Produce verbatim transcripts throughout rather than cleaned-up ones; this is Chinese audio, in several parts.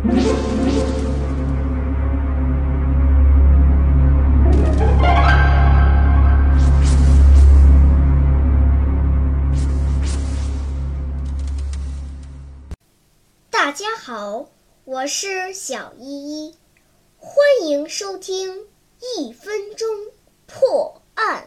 大家好，我是小依依，欢迎收听一分钟破案。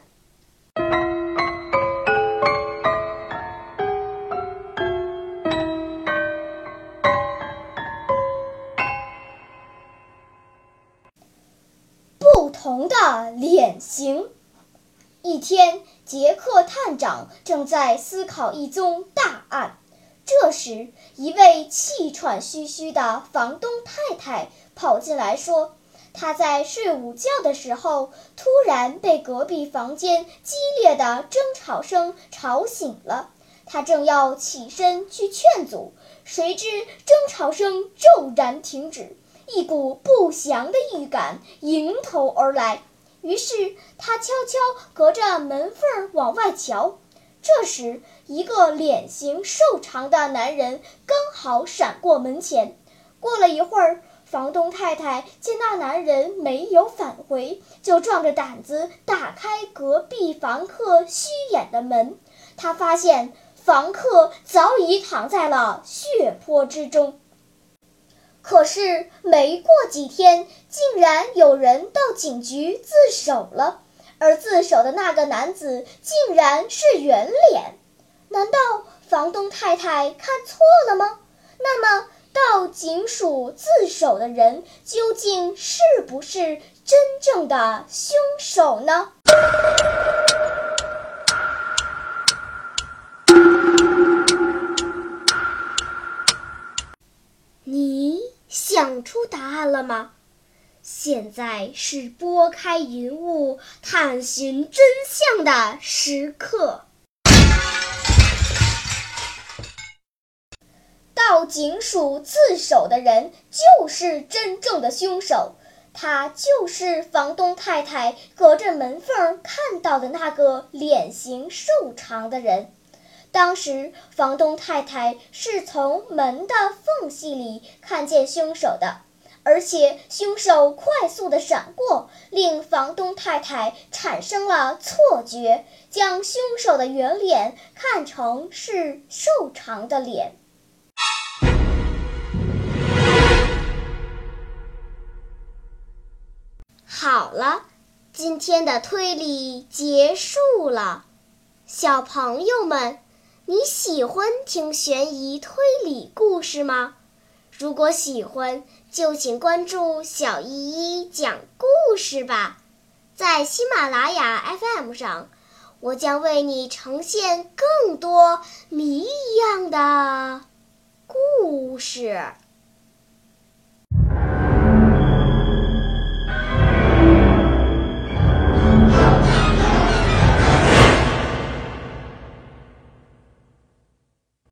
不同的脸型。一天，杰克探长正在思考一宗大案。这时，一位气喘吁吁的房东太太跑进来说，她在睡午觉的时候，突然被隔壁房间激烈的争吵声吵醒了。她正要起身去劝阻，谁知争吵声骤然停止，一股不祥的预感迎头而来。于是她悄悄隔着门缝往外瞧。这时，一个脸型瘦长的男人刚好闪过门前。过了一会儿，房东太太见那男人没有返回，就壮着胆子打开隔壁房客虚掩的门。她发现房客早已躺在了血泊之中。可是没过几天，竟然有人到警局自首了。而自首的那个男子竟然是圆脸，难道房东太太看错了吗？那么到警署自首的人究竟是不是真正的凶手呢？你想出答案了吗？现在是拨开云雾探寻真相的时刻。到警署自首的人就是真正的凶手，他就是房东太太隔着门缝看到的那个脸型瘦长的人。当时房东太太是从门的缝隙里看见凶手的，而且凶手快速地闪过，令房东太太产生了错觉，将凶手的圆脸看成是瘦长的脸。好了，今天的推理结束了。小朋友们，你喜欢听悬疑推理故事吗？如果喜欢，就请关注小依依讲故事吧。在喜马拉雅 F M 上，我将为你呈现更多谜一样的故事。